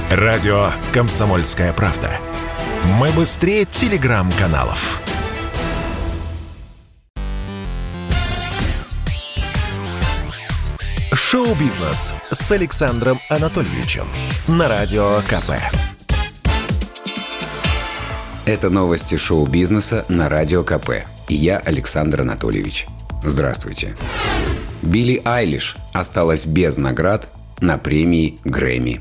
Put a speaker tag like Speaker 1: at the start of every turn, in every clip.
Speaker 1: Радио «Комсомольская правда». Мы быстрее телеграм-каналов. Шоу-бизнес с Александром Анатольевичем на Радио КП.
Speaker 2: Это новости шоу-бизнеса на Радио КП. И я, Александр Анатольевич. Здравствуйте. Билли Айлиш осталась без наград на премии Грэмми.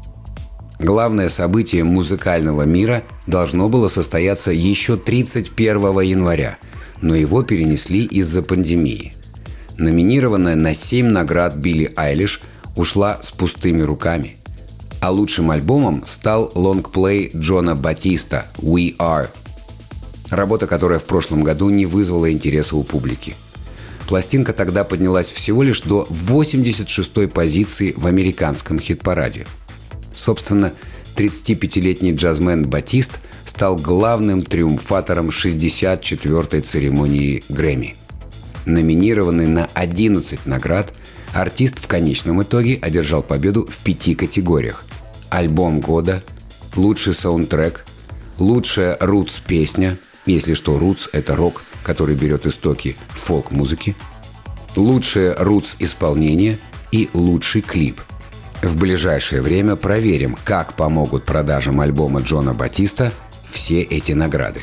Speaker 2: Главное событие музыкального мира должно было состояться еще 31 января, но его перенесли из-за пандемии. Номинированная на 7 наград Билли Айлиш ушла с пустыми руками. А лучшим альбомом стал лонгплей Джона Батиста «We Are», работа, которая в прошлом году не вызвала интереса у публики. Пластинка тогда поднялась всего лишь до 86-й позиции в американском хит-параде. Собственно, 35-летний джазмен Батист стал главным триумфатором 64-й церемонии Грэмми. Номинированный на 11 наград, артист в конечном итоге одержал победу в 5 категориях: альбом года, лучший саундтрек, лучшая рутс-песня, если что, рутс – это рок, который берет истоки фолк-музыки, лучшее рутс-исполнение и лучший клип. В ближайшее время проверим, как помогут продажам альбома Джона Батиста все эти награды.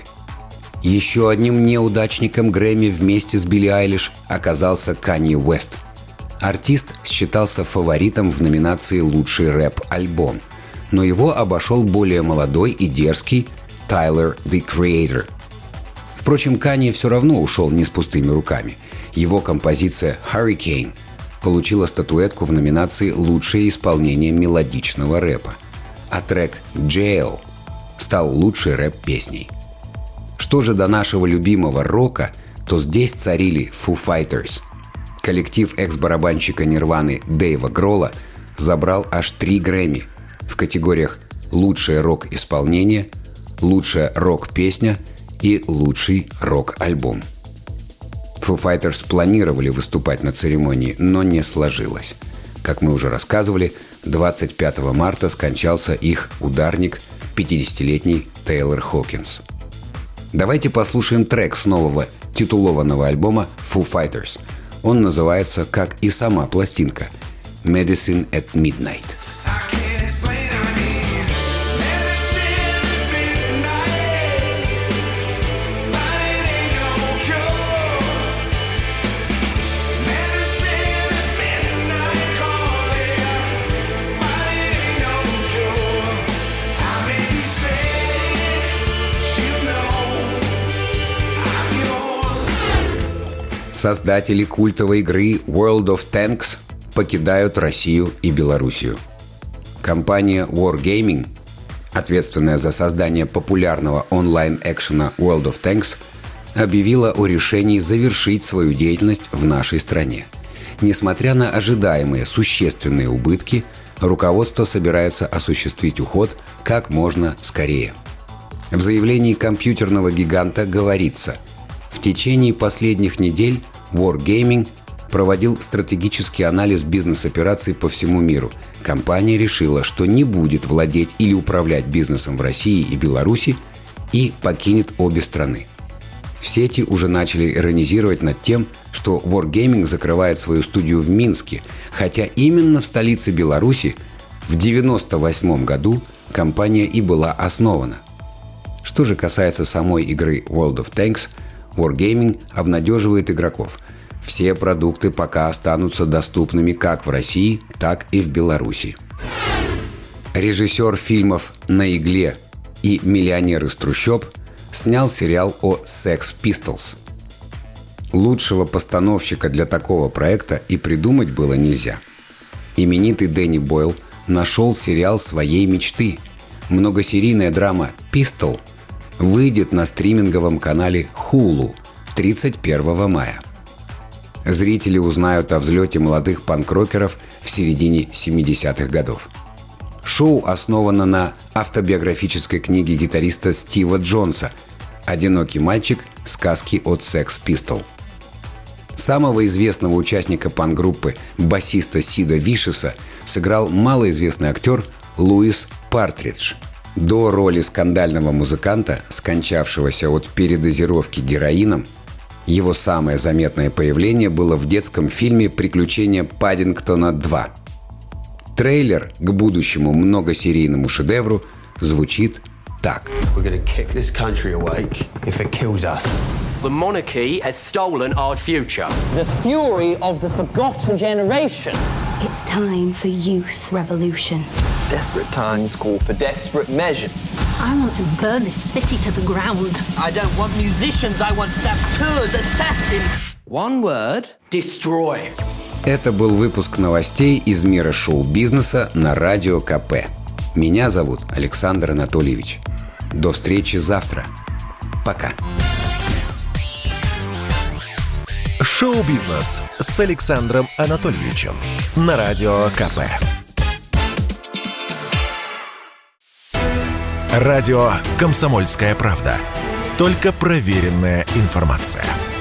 Speaker 2: Еще одним неудачником Грэмми вместе с Билли Айлиш оказался Канье Уэст. Артист считался фаворитом в номинации «Лучший рэп-альбом», но его обошел более молодой и дерзкий Тайлер The Creator. Впрочем, Канье все равно ушел не с пустыми руками. Его композиция «Hurricane» получила статуэтку в номинации «Лучшее исполнение мелодичного рэпа», а трек «Jail» стал лучшей рэп-песней. Что же до нашего любимого рока, то здесь царили Foo Fighters. Коллектив экс-барабанщика Нирваны Дэйва Гролла забрал аж 3 Грэмми в категориях «Лучшее рок-исполнение», «Лучшая рок-песня» и «Лучший рок-альбом». Foo Fighters планировали выступать на церемонии, но не сложилось. Как мы уже рассказывали, 25 марта скончался их ударник, 50-летний Тейлор Хокинс. Давайте послушаем трек с нового титулованного альбома Foo Fighters. Он называется, как и сама пластинка, «Medicine at Midnight». Создатели культовой игры World of Tanks покидают Россию и Белоруссию. Компания Wargaming, ответственная за создание популярного онлайн-экшена World of Tanks, объявила о решении завершить свою деятельность в нашей стране. Несмотря на ожидаемые существенные убытки, руководство собирается осуществить уход как можно скорее. В заявлении компьютерного гиганта говорится: в течение последних недель Wargaming проводил стратегический анализ бизнес-операций по всему миру. Компания решила, что не будет владеть или управлять бизнесом в России и Беларуси и покинет обе страны. В сети уже начали иронизировать над тем, что Wargaming закрывает свою студию в Минске, хотя именно в столице Беларуси в 1998 году компания и была основана. Что же касается самой игры World of Tanks, Wargaming обнадеживает игроков. Все продукты пока останутся доступными как в России, так и в Беларуси. Режиссер фильмов «На игле» и «Миллионер из трущоб» снял сериал о Sex Pistols. Лучшего постановщика для такого проекта и придумать было нельзя. Именитый Дэнни Бойл нашел сериал своей мечты. Многосерийная драма «Pistol» выйдет на стриминговом канале Hulu 31 мая. Зрители узнают о взлете молодых панк-рокеров в середине 70-х годов. Шоу основано на автобиографической книге гитариста Стива Джонса «Одинокий мальчик. Сказки от Sex Pistol». Самого известного участника панк-группы, басиста Сида Вишеса, сыграл малоизвестный актер Луис Партридж. До роли скандального музыканта, скончавшегося от передозировки героином, его самое заметное появление было в детском фильме «Приключения Паддингтона 2». Трейлер к будущему многосерийному шедевру звучит так.
Speaker 3: The monarchy has stolen our future.
Speaker 4: The fury of the forgotten generation.
Speaker 5: It's time for youth revolution.
Speaker 6: Desperate times call for desperate measures.
Speaker 5: I want to burn this city to the ground.
Speaker 4: I don't want musicians, I want saboteurs, assassins.
Speaker 6: One word.
Speaker 3: Destroy.
Speaker 2: Это был выпуск новостей из мира шоу-бизнеса на Радио КП. Меня зовут Александр Анатольевич. До встречи завтра. Пока.
Speaker 1: Шоу-бизнес с Александром Анатольевичем на Радио КП. Радио «Комсомольская правда». Только проверенная информация.